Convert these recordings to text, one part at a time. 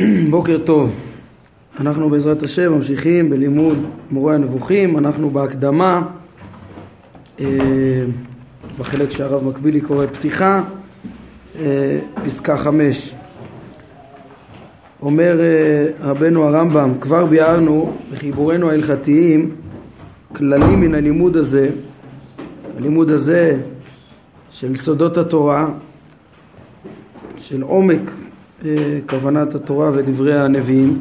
בוקר טוב. אנחנו בעזרת השם ממשיכים בלימוד מורה הנבוכים. אנחנו בהקדמה בחלק שהרב מקבילי קורא פתיחה, פסקה 5. אומר רבנו הרמב"ם, כבר ביארנו בחיבורנו ההלכתיים כללים מן הלימוד הזה, הלימוד הזה של סודות התורה, של עומק כוונת התורה ודברי הנביאים,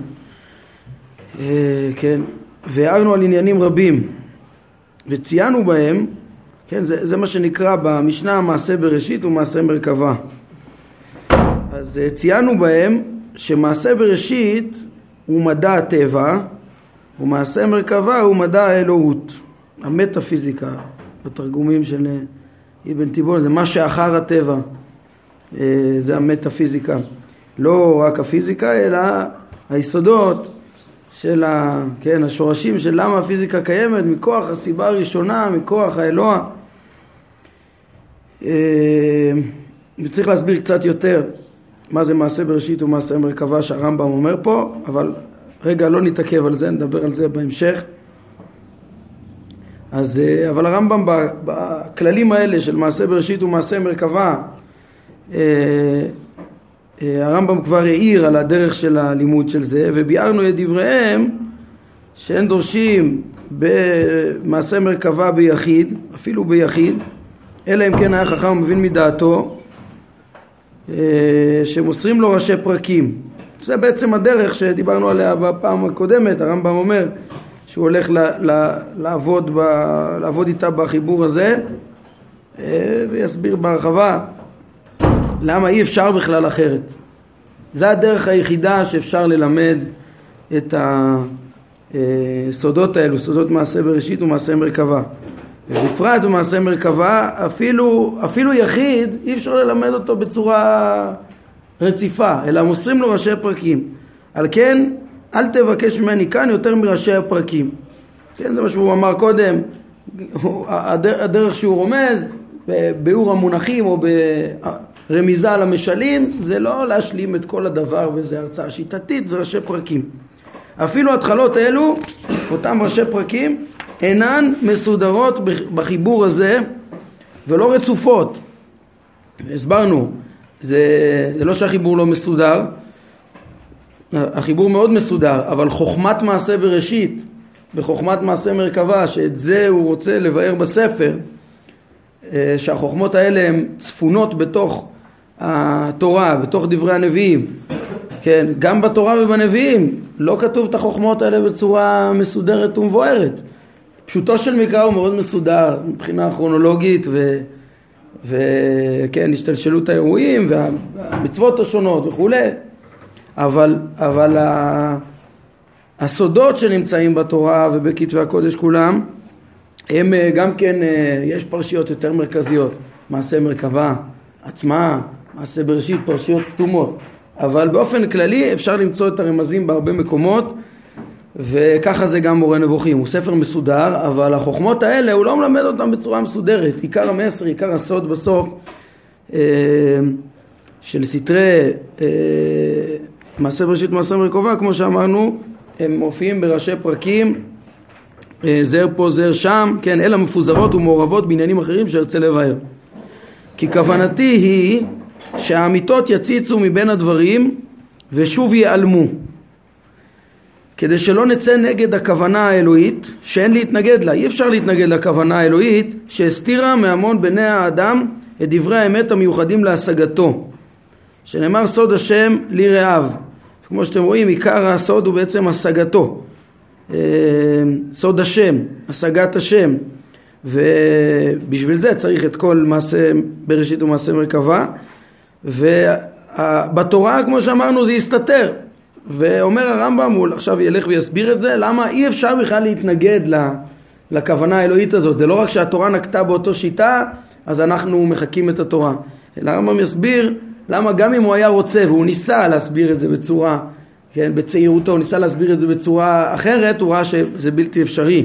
כן, והערנו על עניינים רבים וציינו בהם, כן, זה מה שנקרא במשנה מעשה בראשית ומעשה מרכבה. אז ציינו בהם שמעשה בראשית הוא מדע הטבע ומעשה מרכבה הוא מדע האלוהות, המטאפיזיקה, בתרגומים של אבן תיבון, זה מה שאחר הטבע, זה המטאפיזיקה, לא רק הפיזיקה אלא היסודות של כן, השורשים של למה הפיזיקה קיימת, מכוח הסיבה הראשונה, מכוח האלוה. וצריך להסביר קצת יותר מה זה מעשה בראשית ומעשה מרכבה שהרמב"ם אומר פה, אבל רגע לא נתעכב על זה, נדבר על זה בהמשך. אז אבל הרמב"ם בכללים האלה של מעשה בראשית ומעשה מרכבה, הרמב"ם כבר העיר על הדרך של הלימוד של זה, וביארנו את דבריהם שאין דורשים במעשה מרכבה ביחיד, אפילו ביחיד, אלא אם כן היה חכם ומבין מדעתו, שמוסרים לו ראשי פרקים. זה בעצם הדרך שדיברנו עליה בפעם הקודמת. הרמב"ם אומר שהוא הולך לעבוד איתה בחיבור הזה, ויסביר בהרחבה למה אי אפשר בכלל אחרת. זה הדרך היחידה שאפשר ללמד את הסודות האלו, סודות מעשה בראשית ומעשה מרכבה. ובפרט במעשה מרכבה, אפילו יחיד, אי אפשר ללמד אותו בצורה רציפה, אלא מוסרים לו ראשי פרקים. על כן, אל תבקש ממני כאן יותר מראשי הפרקים. כן, זה מה שהוא אמר קודם, הדרך שהוא רומז, בביאור המונחים או ברמיזה על המשלים, זה לא להשלים את כל הדבר וזה הרצאה שיטתית, זה ראשי פרקים. אפילו התחלות אלו, אותם ראשי פרקים, אינן מסודרות בחיבור הזה ולא רצופות. הסברנו, זה לא שהחיבור לא מסודר, החיבור מאוד מסודר, אבל חוכמת מעשה בראשית וחוכמת מעשה מרכבה, שאת זה הוא רוצה לבאר בספר, שהחוכמות האלה הן צפונות בתוך התורה, בתוך דברי הנביאים. כן, גם בתורה ובנביאים לא כתוב את החוכמות האלה בצורה מסודרת ומבוארת. פשוטו של מקרא הוא מאוד מסודר מבחינה כרונולוגית וכן, השתלשלות האירועים והמצוות השונות וכו'. אבל הסודות שנמצאים בתורה ובכתבי הקודש כולם, הם גם כן, יש פרשיות יותר מרכזיות, מעשה מרכבה עצמה, מעשה בראשית, פרשיות סתומות, אבל באופן כללי אפשר למצוא את הרמזים בהרבה מקומות, וככה זה גם מורה נבוכים. הוא ספר מסודר, אבל החוכמות האלה הוא לא מלמד אותם בצורה מסודרת. עיקר המסר, עיקר הסוד בסוף של סתרי מעשה בראשית מעשה מרכבה, כמו שאמרנו, הם מופיעים בראשי פרקים, זר פה זר שם, כן, אלא מפוזרות ומעורבות בעניינים אחרים שארצה לבאר. כי כוונתי היא שהאמיתות יציצו מבין הדברים ושוב ייעלמו, כדי שלא נצא נגד הכוונה האלוהית שאין להתנגד לה. אי אפשר להתנגד לכוונה האלוהית שהסתירה מהמון בני האדם את דברי האמת המיוחדים להשגתו, שנאמר סוד השם לרעיו. כמו שאתם רואים, עיקר הסוד הוא בעצם השגתו, סוד השם, השגת השם, ובשביל זה צריך את כל מעשה בראשית ומעשה מרכבה. ובתורה, כמו שאמרנו, זה יסתתר, ואומר הרמב"ם, הוא עכשיו ילך ויסביר את זה, למה אי אפשר בכלל להתנגד לכוונה האלוהית הזאת. זה לא רק שהתורה נקטה באותו שיטה אז אנחנו מחקים את התורה, אלא הרמב"ם יסביר למה גם אם הוא היה רוצה והוא ניסה להסביר את זה בצורה, כן, בצעירותו הוא ניסה להסביר את זה בצורה אחרת, הוא ראה שזה בלתי אפשרי.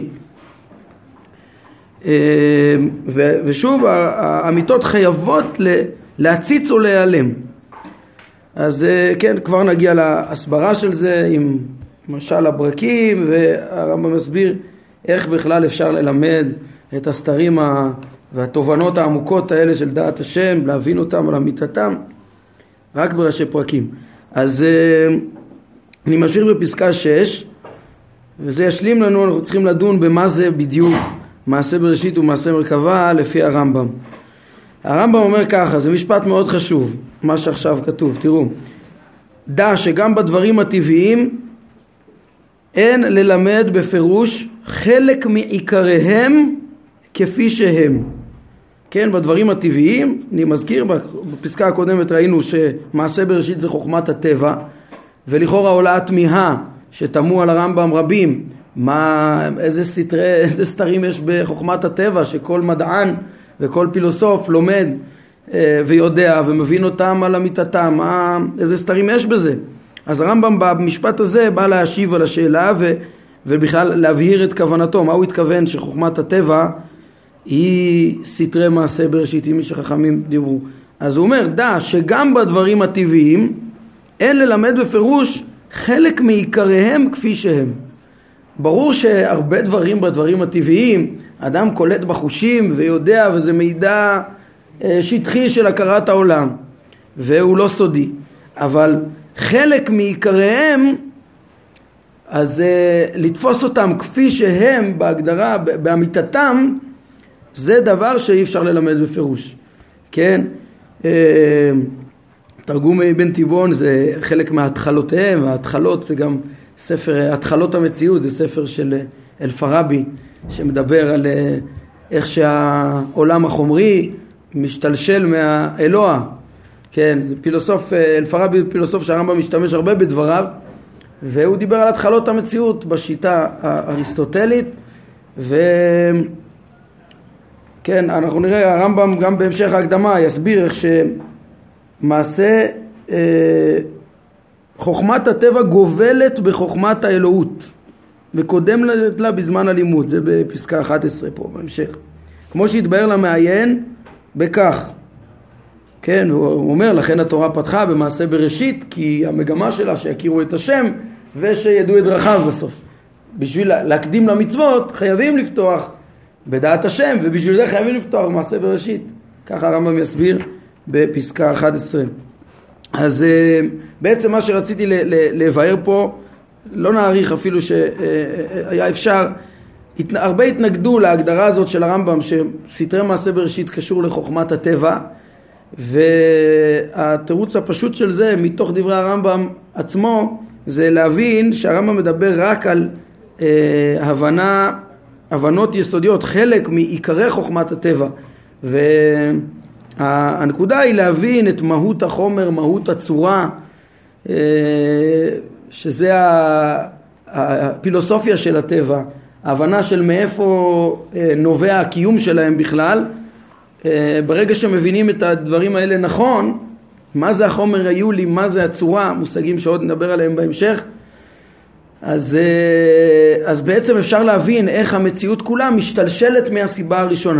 ושוב, האמיתות חייבות להציץ או להיעלם. אז כן, כבר נגיע להסברה של זה עם משל הברקים, והרמב"ם מסביר איך בכלל אפשר ללמד את הסתרים והתובנות העמוקות האלה של דעת השם, להבין אותם על אמיתתם, רק בראשי פרקים. אז אני ממשיך בפסקה 6, וזה ישלים לנו, אנחנו צריכים לדון במה זה בדיוק מעשה בראשית ומעשה מרכבה לפי הרמב"ם. הרמב"ם אומר ככה, זה משפט מאוד חשוב, מה שעכשיו כתוב, תראו. דע שגם בדברים הטבעיים אין ללמד בפירוש חלק מעיקריהם כפי שהם. כן, בדברים הטבעיים, אני מזכיר, בפסקה הקודמת ראינו שמעשה בראשית זה חוכמת הטבע, ולכאורה עולה התמיהה שתמו על הרמב"ם רבים, איזה סתרים יש בחוכמת הטבע, שכל מדען וכל פילוסוף לומד ויודע ומבין אותם על אמיתתם, איזה סתרים יש בזה. אז הרמב"ם במשפט הזה בא להשיב על השאלה ובכלל להבהיר את כוונתו, מה הוא התכוון שחוכמת הטבע היא סתרי מעשה בראשית, עם מי שחכמים דיברו. אז הוא אומר, דע שגם בדברים הטבעיים אין ללמד בפירוש חלק מעיקריהם כפי שהם. ברור שהרבה דברים בדברים הטבעיים, אדם קולט בחושים ויודע, וזה מידע שטחי של הכרת העולם, והוא לא סודי. אבל חלק מעיקריהם, אז לתפוס אותם כפי שהם בהגדרה, באמיתתם, זה דבר שאי אפשר ללמד בפירוש. כן? תרגום בן תיבון זה חלק מההתחלותיהם, וההתחלות זה גם ספר, התחלות המציאות, זה ספר של אלפרבי, שמדבר על איך שהעולם החומרי משתלשל מהאלוה. כן, זה פילוסוף, אלפרבי פילוסוף שהרמב"ם משתמש הרבה בדבריו, והוא דיבר על התחלות המציאות בשיטה האריסטוטלית, כן, אנחנו נראה, הרמב"ם גם בהמשך ההקדמה יסביר איך שמעשה חוכמת הטבע גובלת בחוכמת האלוהות וקודמת לה בזמן הלימוד. זה בפסקה 11 פה בהמשך, כמו שהתבהר למעיין בכך. כן, הוא אומר, לכן התורה פתחה במעשה בראשית, כי המגמה שלה שיכירו את השם ושידעו את דרכיו בסוף. בשביל להקדים למצוות חייבים לפתוח בדעת השם, ובשביל זה חייבים לפתוח במעשה בראשית. ככה הרמב"ם יסביר בפסקה 11. אז בעצם מה שרציתי לבאר פה, לא נעריך אפילו שהיה אפשר, הרבה התנגדו להגדרה הזאת של הרמב"ם שסתרי מעשה בראשית קשור לחוכמת הטבע, והתירוץ הפשוט של זה מתוך דברי הרמב"ם עצמו זה להבין שהרמב"ם מדבר רק על הבנות יסודיות, חלק מעיקרי חוכמת הטבע, והנקודה היא להבין את מהות החומר, מהות הצורה, שזה הפילוסופיה של הטבע, ההבנה של מאיפה נובע הקיום שלהם בכלל. ברגע שמבינים את הדברים האלה נכון, מה זה החומר היולי, מה זה הצורה, מושגים שעוד נדבר עליהם בהמשך, אז בעצם אפשר להבין איך המציאות כולה משתלשלת מהסיבה הראשונה,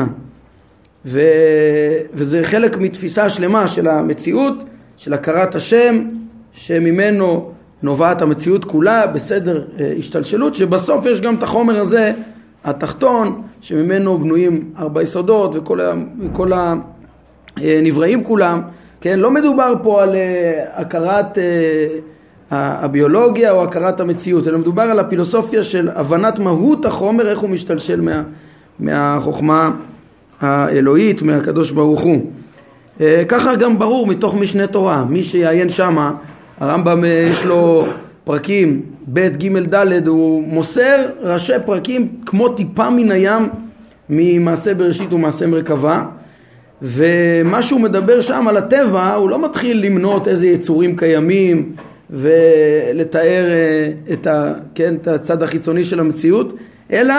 וזה חלק מתפיסה שלמה של המציאות, של הכרת השם, שממנו נובעת המציאות כולה בסדר השתלשלות, שבסוף יש גם את החומר הזה התחתון, שממנו בנויים 4 יסודות וכל הנבראים כולם. כן, לא מדובר פה על הכרת הביולוגיה או הכרת המציאות, אלא מדובר על הפילוסופיה של הבנת מהות החומר, איך הוא משתלשל מהחוכמה האלוהית, מהקדוש ברוך הוא. ככה גם ברור מתוך משנה תורה, מי שיעיין שמה, הרמב"ם יש לו פרקים ב' ג' ד', הוא מוסר ראשי פרקים כמו טיפה מן הים ממעשה בראשית ומעשה מרכבה, ומה שהוא מדבר שם על הטבע, הוא לא מתחיל למנות איזה יצורים קיימים ולתאר את הצד החיצוני של המציאות, אלא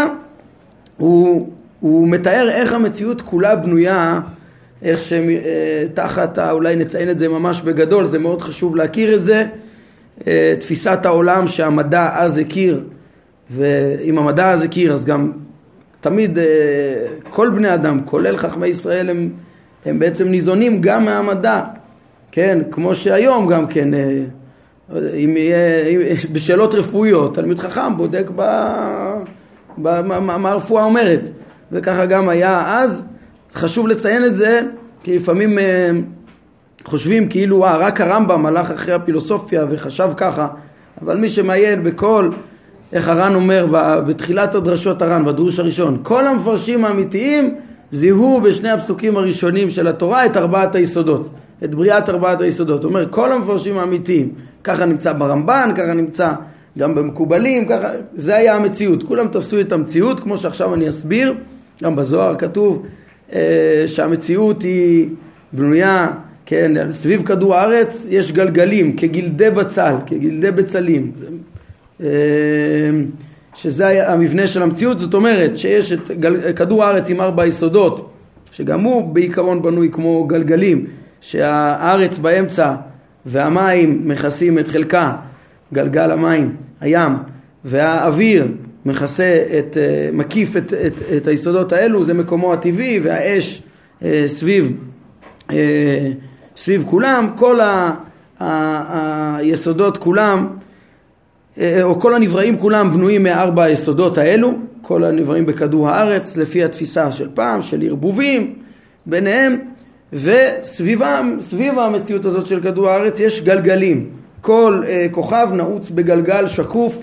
הוא מתאר איך המציאות כולה בנויה, איך שתחת, אולי נציין את זה ממש בגדול, זה מאוד חשוב להכיר את זה, תפיסת העולם שהמדע אז הכיר, ואם המדע אז הכיר, אז גם תמיד כל בני אדם, כולל חכמי ישראל, הם בעצם ניזונים גם מהמדע, כן, כמו שהיום גם כן, אם בשאלות רפואיות, תלמיד חכם בודק מה הרפואה אומרת, וככה גם היה אז. חשוב לציין את זה, כי לפעמים חושבים כאילו רק הרמב"ם הלך אחרי הפילוסופיה וחשב ככה, אבל מי שמעיין בכל, איך הר"ן אומר בתחילת הדרשות הר"ן, בדרוש הראשון, כל המפרשים האמיתיים זיהו בשני הפסוקים הראשונים של התורה את ארבעת היסודות, את בריאת ארבעת היסודות. הוא אומר כל המפרשים האמיתיים, ככה נמצא ברמב"ן, ככה נמצא גם במקובלים, ככה, זה היה המציאות, כולם תפסו את המציאות, כמו שעכשיו אני אסביר. גם בזוהר כתוב שהמציאות היא בנויה, כן, סביב כדור הארץ יש גלגלים כגלדי בצל, כגלדי בצלים, שזה המבנה של המציאות. זאת אומרת שיש את כדור הארץ עם 4 יסודות, שגם הוא בעיקרון בנוי כמו גלגלים, שהארץ באמצע והמים מכסים את חלקה, גלגל המים, הים, והאוויר מכסה מקיף את היסודות האלו, זה מקומו הטבעי, והאש סביב כולם. כל היסודות כולם, או כל הנבראים כולם בנויים מ4 היסודות האלו, כל הנבראים בכדור הארץ, לפי התפיסה של פעם, של ערבובים ביניהם, וסביב המציאות הזאת של כדור הארץ יש גלגלים. כל כוכב נעוץ בגלגל שקוף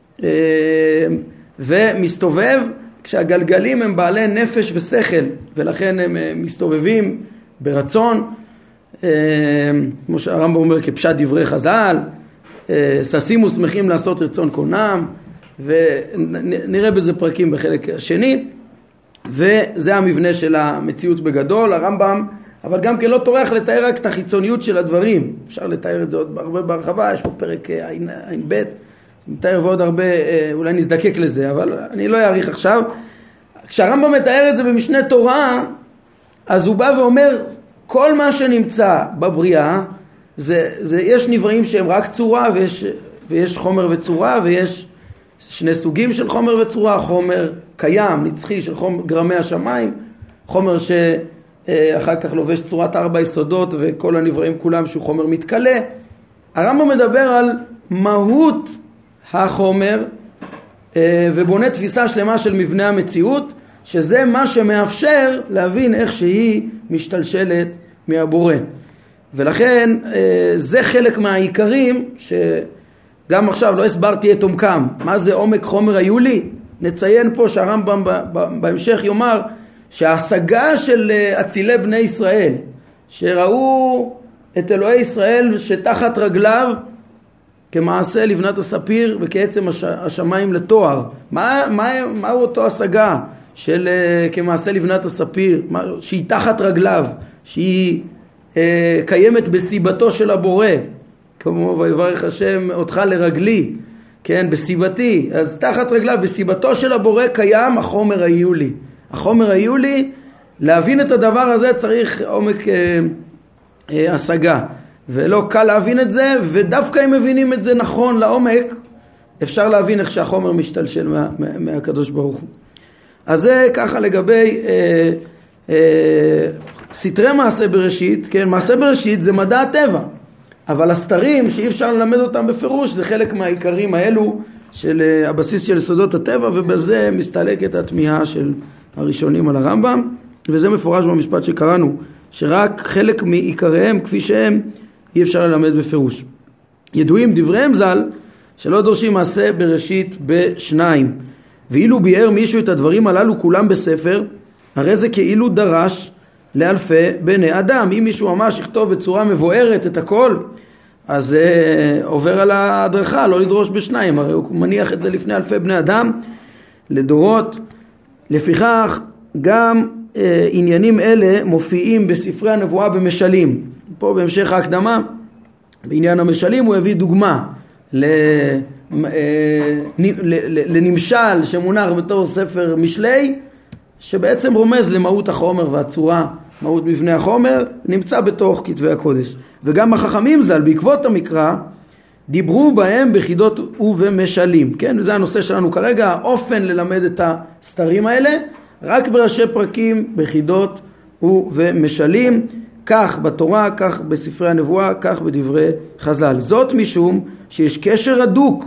ומסתובב, כשהגלגלים הם בעלי נפש ושכל, ולכן הם מסתובבים ברצון, כמו שהרמב"ם אומר כפשט דברי חז"ל, ססים ושמחים לעשות רצון קונם, ונראה בזה פרקים בחלק השני. וזה המבנה של המציאות בגדול, הרמב"ם, אבל גם כן לא טורח לתאר רק את החיצוניות של הדברים, אפשר לתאר את זה עוד הרבה בהרחבה, יש פה פרק עין ב' מתאר ועוד הרבה, אולי נזדקק לזה, אבל אני לא אעריך עכשיו. כשהרמב"ם מתאר את זה במשנה תורה, אז הוא בא ואומר, כל מה שנמצא בבריאה, יש נבראים שהם רק צורה, ויש חומר וצורה, ויש שני סוגים של חומר וצורה, חומר קיים, נצחי של גרמי השמיים, חומר שאחר כך לובש צורת 4 יסודות, וכל הנבראים כולם שהוא חומר מתקלה. הרמב"ם מדבר על מהות החומר, ובונה תפיסה שלמה של מבנה המציאות, שזה מה שמאפשר להבין איך שהיא משתלשלת מהבורא. ולכן זה חלק מהעיקרים שגם עכשיו לא הסברתי את עומקם. מה זה עומק חומר היולי? נציין פה שהרמב"ם בהמשך יאמר שההשגה של אצילי בני ישראל שראו את אלוהי ישראל שתחת רגליו כמעשה לבנת הספיר וכעצם השמיים לתואר. מהו אותו השגה של כמעשה לבנת הספיר? שהיא תחת רגליו, שהיא קיימת בסיבתו של הבורא, כמו ויברך השם אותך לרגלי, כן, בסיבתי. אז תחת רגליו, בסיבתו של הבורא קיים החומר היולי. החומר היולי, להבין את הדבר הזה צריך עומק השגה, ולא קל להבין את זה, ודווקא אם מבינים את זה נכון לעומק, אפשר להבין איך שהחומר משתלשל מהקדוש ברוך הוא. אז זה ככה לגבי סתרי מעשה בראשית. כן, מעשה בראשית זה מדע הטבע, אבל הסתרים שאי אפשר ללמד אותם בפירוש, זה חלק מהעיקרים האלו של הבסיס של יסודות הטבע, ובזה מסתלקת התמיהה של הראשונים על הרמב"ם, וזה מפורש במשפט שקראנו, שרק חלק מעיקריהם כפי שהם אי אפשר ללמד בפירוש. ידועים דבריהם ז"ל שלא דורשים מעשה בראשית בשניים, ואילו ביאר מישהו את הדברים הללו כולם בספר, הרי זה כאילו דרש לאלפי בני אדם. אם מישהו ממש יכתוב בצורה מבוארת את הכל, אז זה עובר על ההדרכה, לא לדרוש בשניים, הרי הוא מניח את זה לפני אלפי בני אדם לדורות. לפיכך גם עניינים אלה מופיעים בספרי הנבואה במשלים. פה בהמשך ההקדמה בעניין המשלים הוא הביא דוגמה לנמשל שמונח בתור ספר משלי, שבעצם רומז למהות החומר והצורה, מהות מבנה החומר, נמצא בתוך כתבי הקודש. וגם החכמים ז"ל בעקבות המקרא דיברו בהם בחידות ובמשלים. כן, וזה הנושא שלנו כרגע, האופן ללמד את הסתרים האלה, רק בראשי פרקים, בחידות ובמשלים. כך בתורה, כך בספרי הנבואה, כך בדברי חז"ל. זאת משום שיש קשר הדוק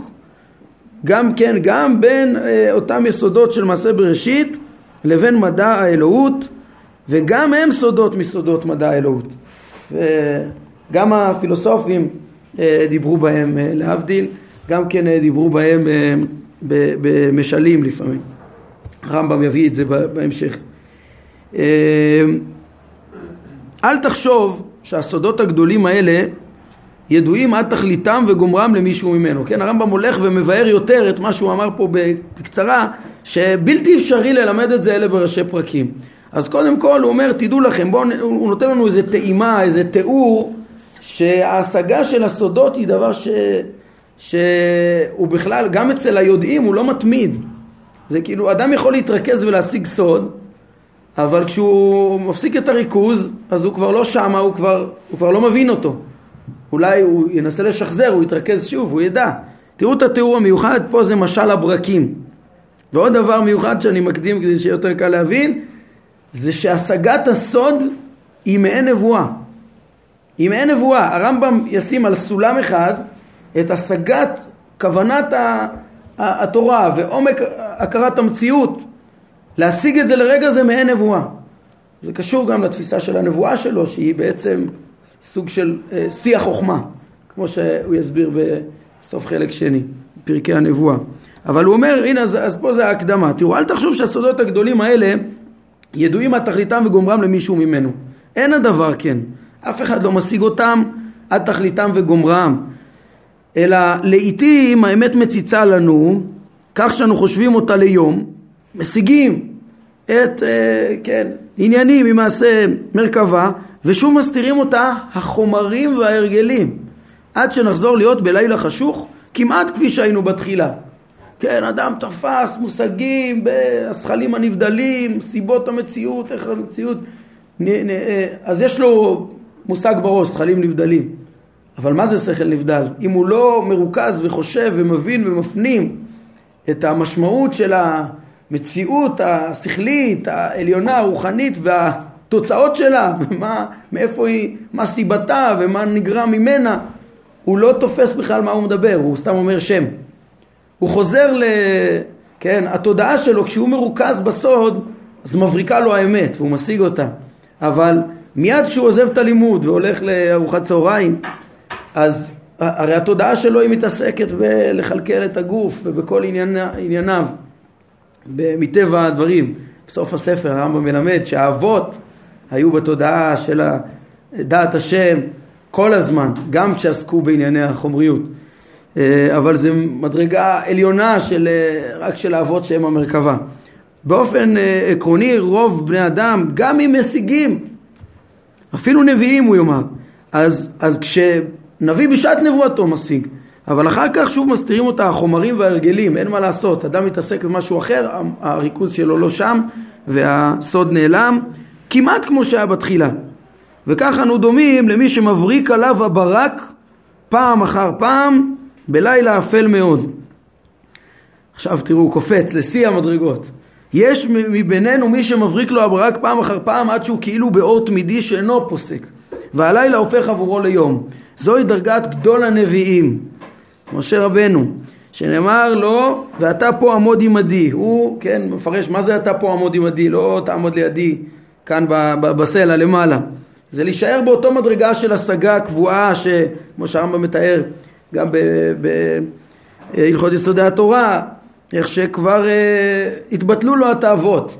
גם בין אותם יסודות של מעשה בראשית לבין מדע האלוהות, וגם הם סודות מסודות מדע האלוהות. וגם הפילוסופים דיברו בהם להבדיל, גם כן דיברו בהם במשלים לפעמים. הרמב"ם יביא את זה בהמשך. אל תחשוב שהסודות הגדולים האלה ידועים עד תכליתם וגומרם למישהו ממנו. כן, הרמב"ם הולך ומבאר יותר את מה שהוא אמר פה בקצרה, שבלתי אפשרי ללמד את זה אלה בראשי פרקים. אז קודם כל הוא אומר, תדעו לכם, הוא נותן לנו איזה טעימה, איזה תיאור, שההשגה של הסודות היא דבר שהוא בכלל, גם אצל היודעים הוא לא מתמיד. זה כאילו, אדם יכול להתרכז ולהשיג סוד, אבל כשהוא מפסיק את הריכוז, אז הוא כבר לא שמה, הוא כבר לא מבין אותו. אולי הוא ינסה לשחזר, הוא יתרכז שוב, הוא ידע. תראו את התיאור המיוחד, פה זה משל הברקים. ועוד דבר מיוחד שאני מקדים כדי שיהיה יותר קל להבין, זה שהשגת הסוד היא מעין נבואה. היא מעין נבואה. הרמב"ם ישים על סולם אחד את השגת כוונת התורה ועומק הכרת המציאות. להשיג את זה לרגע זה מעין נבואה. זה קשור גם לתפיסה של הנבואה שלו, שהיא בעצם סוג של שיח חוכמה, כמו שהוא יסביר בסוף חלק שני, פרקי הנבואה. אבל הוא אומר, הנה, אז פה זה ההקדמה. תראו, אל תחשוב שהסודות הגדולים האלה ידועים עד תכליתם וגומרם למישהו ממנו. אין הדבר כן. אף אחד לא משיג אותם עד תכליתם וגומרם. אלא לעתים האמת מציצה לנו, כך שאנו חושבים אותה ליום, משיגים את עניינים ממעשה מרכבה, ושוב מסתירים אותה החומרים וההרגלים, עד שנחזור להיות בלילה חשוך, כמעט כפי שהיינו בתחילה. כן, אדם תפס מושגים בהשכלים הנבדלים, סיבות המציאות, איך המציאות, אז יש לו מושג בראש, שכלים נבדלים. אבל מה זה שכל נבדל? אם הוא לא מרוכז וחושב ומבין ומפנים את המשמעות של המציאות השכלית, העליונה, הרוחנית והתוצאות שלה, מאיפה היא, מה סיבתה ומה נגרם ממנה, הוא לא תופס בכלל מה הוא מדבר, הוא סתם אומר שם. הוא חוזר התודעה שלו, כשהוא מרוכז בסוד, אז מבריקה לו האמת, והוא משיג אותה. אבל מיד כשהוא עוזב את הלימוד והולך לארוחת צהריים, אז הרי התודעה שלו היא מתעסקת בלחלקל את הגוף ובכל ענייניו, מטבע הדברים. בסוף הספר הרמב"ם מלמד שהאבות היו בתודעה של דעת השם כל הזמן, גם כשעסקו בענייני החומריות. אבל זה מדרגה עליונה רק של האבות שהם המרכבה. באופן עקרוני רוב בני אדם, גם אם משיגים, אפילו נביאים הוא יאמר, אז כשנביא בשעת נבואתו משיג, אבל אחר כך שוב מסתירים אותה החומרים וההרגלים, אין מה לעשות, אדם מתעסק במשהו אחר, הריכוז שלו לא שם והסוד נעלם, כמעט כמו שהיה בתחילה. וכך אנו דומים למי שמבריק עליו הברק פעם אחר פעם בלילה אפל מאוד. עכשיו תראו, קופץ לשיא המדרגות. יש מבינינו מי שמבריק לו הברק פעם אחר פעם עד שהוא כאילו באור תמידי שאינו פוסק, והלילה הופך עבורו ליום. זוהי דרגת גדול הנביאים, משה רבנו, שנאמר לו, ואתה פה עמוד עמדי. הוא מפרש מה זה אתה פה עמוד עמדי, לא תעמוד לידי כאן בסלע למעלה. זה להישאר באותו מדרגה של השגה קבועה, כמו שהרמב"ם מתאר גם בהלכות יסודי התורה, איך שכבר התבטלו לו התאוות,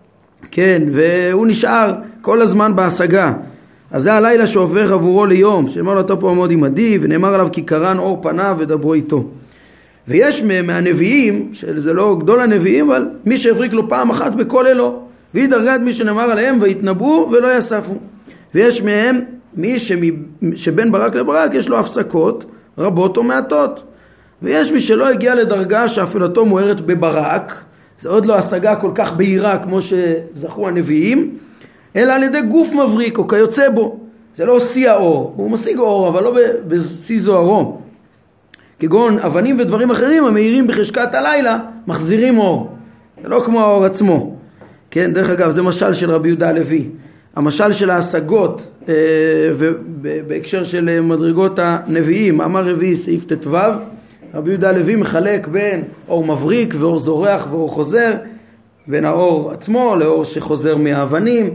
והוא נשאר כל הזמן בהשגה. אז זה הלילה שעובר עבורו ליום, שנאמר לו אתה פה עמוד עמדי, ונאמר עליו כי קרן אור פניו ודברו איתו. ויש מהנביאים, שזה לא גדול הנביאים, אבל מי שהבריק לו פעם אחת בכל אלו, והיא דרגת מי שנאמר עליהם ויתנבאו ולא יספו. ויש מהם מי שבין ברק לברק יש לו הפסקות רבות או מעטות. ויש מי שלא הגיע לדרגה שאפלתו מוארת בברק, זה עוד לא השגה כל כך בהירה כמו שזכו הנביאים, אלא על ידי גוף מבריק או כיוצא בו. זה לא שיא האור, הוא משיג אור אבל לא בשיא זוהרו. כגון אבנים ודברים אחרים המאירים בחשכת הלילה מחזירים אור, זה לא כמו האור עצמו. דרך אגב זה משל של רבי יהודה הלוי. המשל של ההשגות, ובהקשר של מדרגות הנביאים, מאמר רביעי סעיף ט"ו, רבי יהודה הלוי מחלק בין אור מבריק ואור זורח ואור חוזר, בין האור עצמו לאור שחוזר מהאבנים,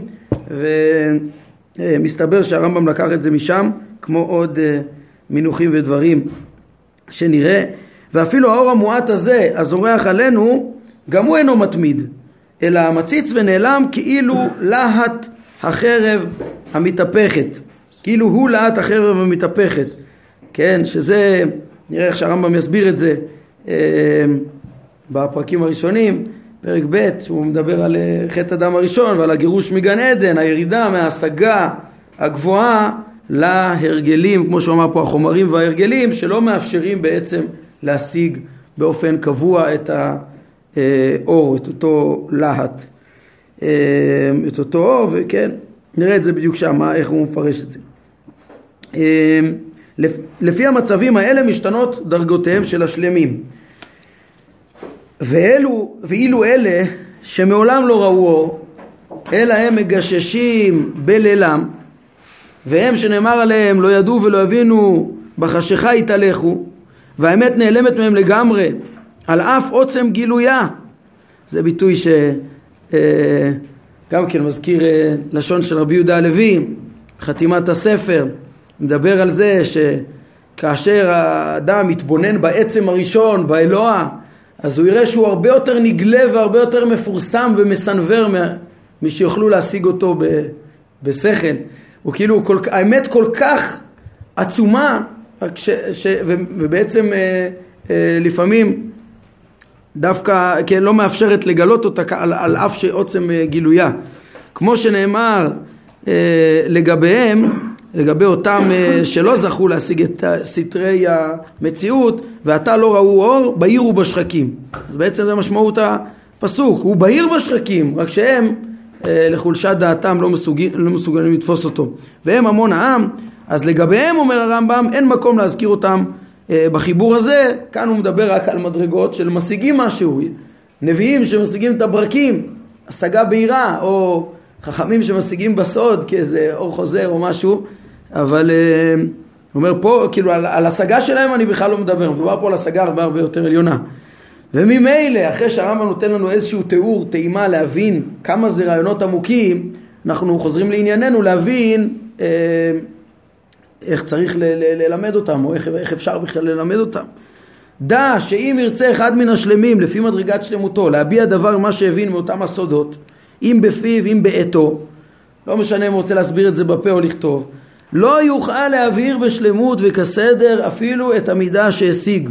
ומסתבר שהרמב"ם לקח את זה משם, כמו עוד מינוחים ודברים שנראה. ואפילו האור המועט הזה, הזורח עלינו, גם הוא אינו מתמיד, אלא מציץ ונעלם כאילו להט החרב המתהפכת, כאילו הוא להט החרב המתהפכת, כן, שזה, נראה איך שהרמב"ם יסביר את זה בפרקים הראשונים, פרק ב', שהוא מדבר על חטא אדם הראשון ועל הגירוש מגן עדן, הירידה מההשגה הגבוהה להרגלים, כמו שהוא אמר פה, החומרים וההרגלים שלא מאפשרים בעצם להשיג באופן קבוע את האור, את אותו להט, את אותו אור, וכן, נראה את זה בדיוק שמה, איך הוא מפרש את זה. לפי המצבים האלה משתנות דרגותיהם של השלמים. ואילו אלה שמעולם לא ראו אור, אלא הם מגששים בלילם, והם שנאמר עליהם לא ידעו ולא הבינו, בחשיכה יתהלכו, והאמת נעלמת מהם לגמרי, על אף עוצם גילויה. זה ביטוי גם כן מזכיר לשון של רבי יהודה הלוי, חתימת הספר, מדבר על זה שכאשר האדם מתבונן בעצם הראשון, באלוה, אז הוא יראה שהוא הרבה יותר נגלה והרבה יותר מפורסם ומסנבר משיוכלו להשיג אותו בשכל. הוא כאילו, האמת כל כך עצומה, ובעצם לפעמים דווקא כן, לא מאפשרת לגלות אותה על אף שעוצם גילויה. כמו שנאמר לגבי אותם שלא זכו להשיג את סתרי המציאות, ואתה לא ראו אור, בהיר ובשחקים. אז בעצם זה משמעות הפסוק, הוא בהיר בשחקים, רק שהם לחולשת דעתם לא מסוגלים לתפוס אותו. והם המון העם, אז לגביהם אומר הרמב"ם, אין מקום להזכיר אותם בחיבור הזה. כאן הוא מדבר רק על מדרגות של משיגים משהו, נביאים שמשיגים את הברקים, השגה בהירה, או חכמים שמשיגים בסוד כאיזה אור חוזר או משהו, אבל הוא אומר פה, כאילו על השגה שלהם אני בכלל לא מדבר, מדובר פה על השגה הרבה יותר עליונה. וממילא, אחרי שהרמב"ם נותן לנו איזשהו תיאור, טעימה להבין כמה זה רעיונות עמוקים, אנחנו חוזרים לענייננו להבין איך צריך ללמד אותם, או איך אפשר בכלל ללמד אותם. דע שאם ירצה אחד מן השלמים, לפי מדרגת שלמותו, להביע דבר מה שהבין מאותם הסודות, אם בפיו, אם בעתו, לא משנה אם הוא רוצה להסביר את זה בפה או לכתוב, לא יוכל להבהיר בשלמות וכסדר אפילו את המידה שהשיג,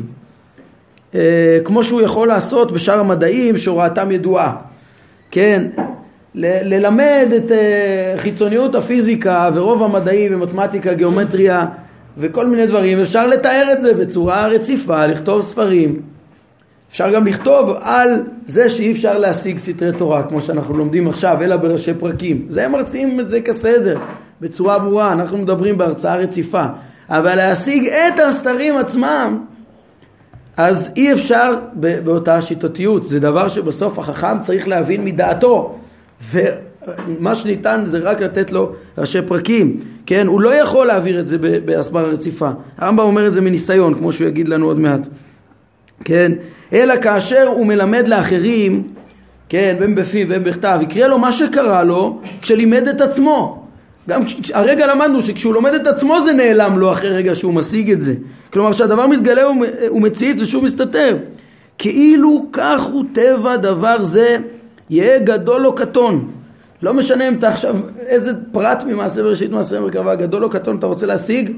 כמו שהוא יכול לעשות בשאר המדעים שהוראתם ידועה. כן, ללמד את חיצוניות הפיזיקה ורוב המדעים ומתמטיקה, גיאומטריה וכל מיני דברים, אפשר לתאר את זה בצורה רציפה, לכתוב ספרים. אפשר גם לכתוב על זה שאי אפשר להשיג סתרי תורה, כמו שאנחנו לומדים עכשיו, אלא בראשי פרקים. זה הם מרצים את זה כסדר, בצורה ברורה, אנחנו מדברים בהרצאה רציפה. אבל להשיג את הסתרים עצמם, אז אי אפשר באותה שיטתיות. זה דבר שבסוף החכם צריך להבין מדעתו, ומה שניתן זה רק לתת לו ראשי פרקים. כן, הוא לא יכול להעביר את זה בהסברה רציפה. הרמב"ם אומר את זה מניסיון, כמו שהוא יגיד לנו עוד מעט. כן, אלא כאשר הוא מלמד לאחרים, כן, בין בפיו ובין בכתב, יקרה לו מה שקרה לו כשלימד את עצמו. גם הרגע למדנו שכשהוא לומד את עצמו זה נעלם לו אחרי רגע שהוא משיג את זה. כלומר שהדבר מתגלה הוא מציץ ושוב מסתתר. כאילו כך הוא טבע דבר זה, יהיה גדול או קטון. לא משנה אם אתה עכשיו איזה פרט ממעשה בראשית מעשה מרכבה, גדול או קטון אתה רוצה להשיג,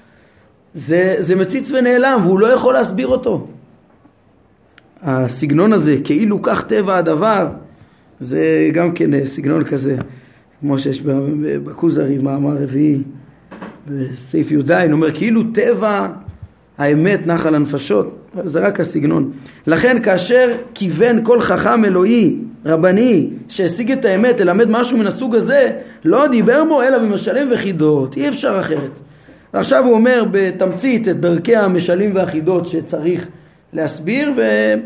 זה מציץ ונעלם והוא לא יכול להסביר אותו. הסגנון הזה, כאילו כך טבע הדבר, זה גם כן סגנון כזה, כמו שיש בכוזרי, מאמר רביעי, בסעיף י"ז, אומר כאילו טבע האמת נחל הנפשות, זה רק הסגנון. לכן כאשר כיוון כל חכם אלוהי, רבני, שהשיג את האמת, ללמד משהו מן הסוג הזה, לא דיבר בו אלא במשלים וחידות, אי אפשר אחרת. עכשיו הוא אומר בתמצית את דרכי המשלים והחידות שצריך להסביר,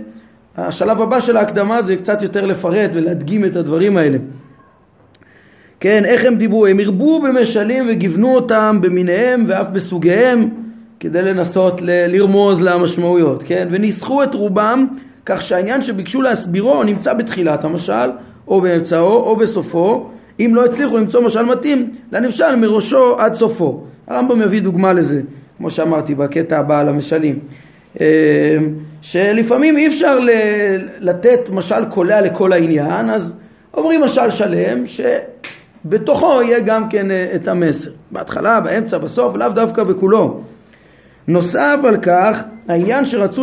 והשלב הבא של ההקדמה זה קצת יותר לפרט ולהדגים את הדברים האלה. כן, איך הם דיברו? הם הרבו במשלים וגיוונו אותם במיניהם ואף בסוגיהם כדי לנסות לרמוז למשמעויות, כן? וניסחו את רובם כך שהעניין שביקשו להסבירו נמצא בתחילת המשל או באמצעו או בסופו, אם לא הצליחו למצוא משל מתאים לנמשל מראשו עד סופו. הרמב"ם מביא דוגמה לזה, כמו שאמרתי בקטע הבא על המשלים, שלפעמים אי אפשר לתת משל קולע לכל העניין, אז אומרים משל שלם שבתוכו יהיה גם כן את המסר, בהתחלה, באמצע, בסוף, לאו דווקא בכולו. נוסף על כך, העניין שרצו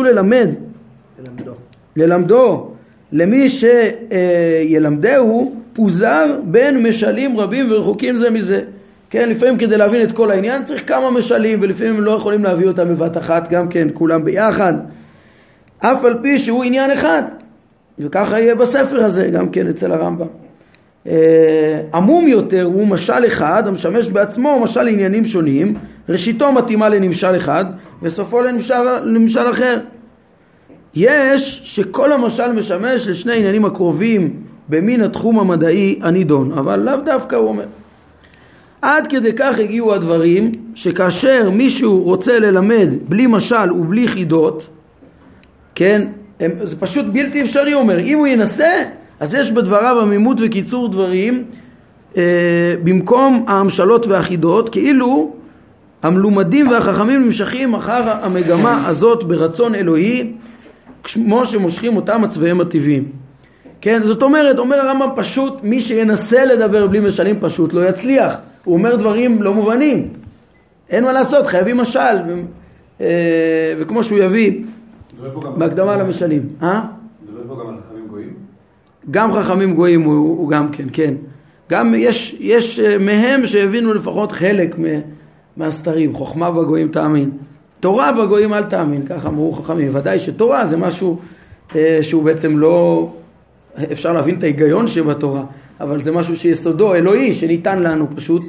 ללמדו למי שילמדהו פוזר בין משלים רבים ורחוקים זה מזה. כן, לפעמים כדי להבין את כל העניין צריך כמה משלים, ולפעמים הם לא יכולים להביא אותם בבת אחת גם כן כולם ביחד, אף על פי שהוא עניין אחד, וככה יהיה בספר הזה גם כן אצל הרמב"ם. עמום יותר הוא משל אחד המשמש בעצמו משל לעניינים שונים, ראשיתו מתאימה לנמשל אחד וסופו לנמשל אחר. יש שכל המשל משמש לשני עניינים הקרובים במין התחום המדעי הנידון, אבל לאו דווקא הוא אומר. עד כדי כך הגיעו הדברים שכאשר מישהו רוצה ללמד בלי משל ובלי חידות, כן, זה פשוט בלתי אפשרי, הוא אומר. אם הוא ינסה, אז יש בדבריו עמימות וקיצור דברים במקום המשלות והחידות, כאילו המלומדים והחכמים נמשכים אחר המגמה הזאת ברצון אלוהי, כמו שמושכים אותם הצבעים הטבעיים. כן, זאת אומרת, אומר הרמב"ם פשוט, מי שינסה לדבר בלי משלים פשוט לא יצליח. הוא אומר דברים לא מובנים. אין מה לעשות, חייבים משל. וכמו שהוא יביא בהקדמה למשלים. מדבר פה גם על חכמים גויים? גם חכמים גויים הוא גם כן, כן. גם יש מהם שהבינו לפחות חלק מהסתרים. חוכמה בגויים תאמין. תורה בגויים אל תאמין, ככה אמרו חכמים. ודאי שתורה זה משהו שהוא בעצם לא... אפשר להבין את ההיגיון שבתורה, אבל זה משהו שיסודו אלוהי, שניתן לנו פשוט,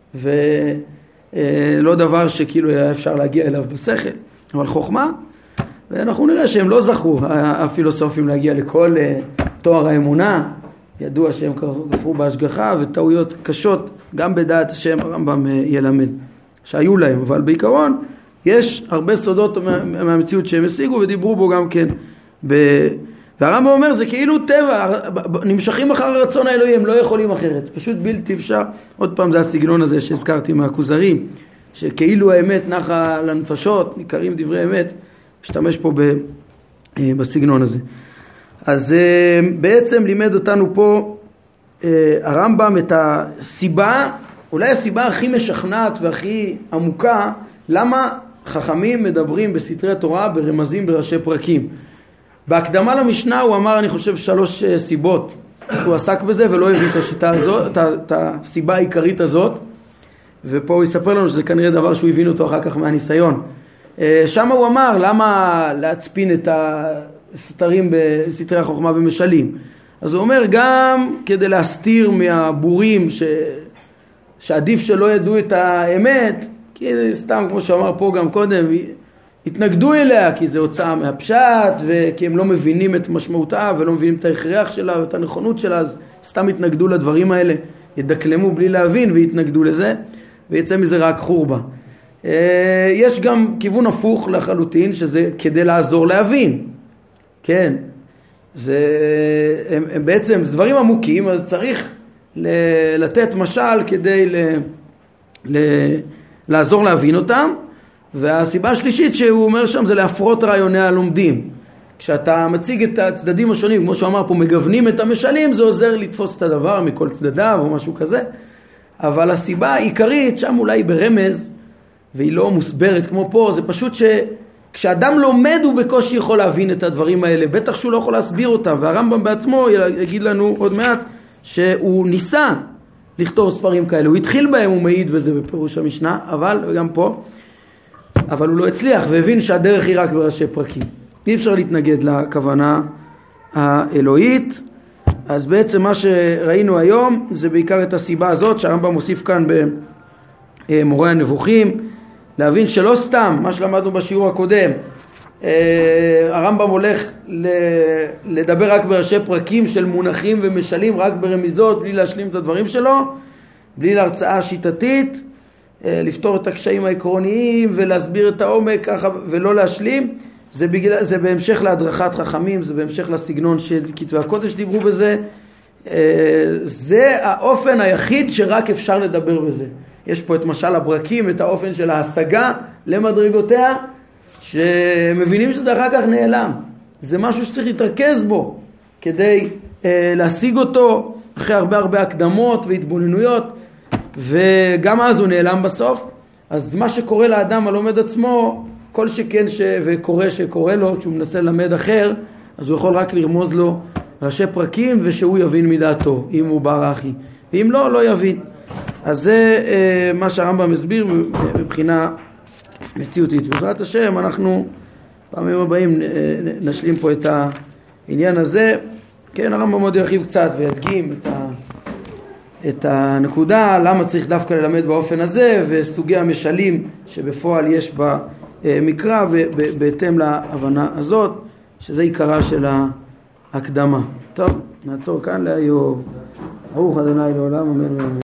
ולא דבר שכאילו אפשר להגיע אליו בשכל. אבל חוכמה, ואנחנו נראה שהם לא זכו, הפילוסופים, להגיע לכל תואר האמונה. ידוע שהם כפרו בהשגחה וטעויות קשות, גם בדעת השם הרמב"ם ילמד, שהיו להם. אבל בעיקרון, יש הרבה סודות מהמציאות שהם השיגו, ודיברו בו גם כן והרמב"ם אומר, זה כאילו טבע, נמשכים אחר הרצון האלוהי, הם לא יכולים אחרת, פשוט בלתי אפשר. עוד פעם, זה הסגנון הזה שהזכרתי מהכוזרים, שכאילו האמת נחה לנפשות, ניכרים דברי אמת, משתמש פה בסגנון הזה. אז בעצם לימד אותנו פה הרמב"ם את הסיבה, אולי הסיבה הכי משכנעת והכי עמוקה, למה חכמים מדברים בסתרי התורה ברמזים בראשי פרקים. בהקדמה למשנה הוא אמר, אני חושב, 3 סיבות הוא עסק בזה ולא הביא את השיטה הזאת, את הסיבה העיקרית הזאת, ופה הוא יספר לנו שזה כנראה דבר שהוא הבין אותו אחר כך מהניסיון. שם הוא אמר למה להצפין את הסתרים בסתרי החוכמה במשלים. אז הוא אומר גם כדי להסתיר מהבורים שעדיף שלא ידעו את האמת, כי סתם כמו שאמר פה גם קודם, התנגדו אליה כי זה הוצאה מהפשט, וכי הם לא מבינים את משמעותה ולא מבינים את ההכרח שלה ואת הנכונות שלה, אז סתם התנגדו לדברים האלה, ידקלמו בלי להבין והתנגדו לזה, ויצא מזה רק חורבה. יש גם כיוון הפוך לחלוטין, שזה כדי לעזור להבין. כן, הם בעצם זה דברים עמוקים, אז צריך לתת משל כדי לעזור להבין אותם. והסיבה השלישית שהוא אומר שם זה להפרות רעיוני הלומדים. כשאתה מציג את הצדדים השונים, כמו שהוא אמר פה, מגוונים את המשלים, זה עוזר לתפוס את הדבר מכל צדדיו או משהו כזה. אבל הסיבה העיקרית שם אולי ברמז, והיא לא מוסברת כמו פה, זה פשוט שכשאדם לומד הוא בקושי יכול להבין את הדברים האלה, בטח שהוא לא יכול להסביר אותם. והרמב"ם בעצמו יגיד לנו עוד מעט שהוא ניסה לכתוב ספרים כאלה. הוא התחיל בהם, הוא מעיד בזה בפירוש המשנה, אבל וגם פה, אבל הוא לא הצליח והבין שהדרך היא רק בראשי פרקים. אי אפשר להתנגד לכוונה האלוהית. אז בעצם מה שראינו היום זה בעיקר את הסיבה הזאת שהרמב"ם מוסיף כאן במורה הנבוכים, להבין שלא סתם מה שלמדנו בשיעור הקודם, הרמב"ם הולך לדבר רק בראשי פרקים של מונחים ומשלים, רק ברמיזות, בלי להשלים את הדברים שלו, בלי להרצאה שיטתית, לפתור את הקשיים העקרוניים ולהסביר את העומק ככה ולא להשלים, זה בהמשך להדרכת חכמים, זה בהמשך לסגנון של כתבי הקודש דיברו בזה. זה האופן היחיד שרק אפשר לדבר בזה. יש פה את משל הברקים, את האופן של ההשגה למדרגותיה, שמבינים שזה אחר כך נעלם. זה משהו שצריך להתרכז בו כדי להשיג אותו אחרי הרבה הקדמות והתבוננויות, וגם אז הוא נעלם בסוף. אז מה שקורה לאדם הלומד עצמו, כל שכן שקורה לו, כשהוא מנסה ללמד אחר, אז הוא יכול רק לרמוז לו ראשי פרקים ושהוא יבין מדעתו, אם הוא ברחי, ואם לא, לא יבין. אז זה מה שהרמב"ם מסביר מבחינה מציאותית. בעזרת השם אנחנו פעמים הבאים נשלים פה את העניין הזה. כן, הרמב"ם עוד ירחיב קצת וידגים את הנקודה, למה צריך דווקא ללמד באופן הזה, וסוגי המשלים שבפועל יש במקרא, בהתאם להבנה הזאת, שזה עיקרה של ההקדמה. טוב, נעצור כאן להיום. ברוך ה' לעולם, אמן ואמן.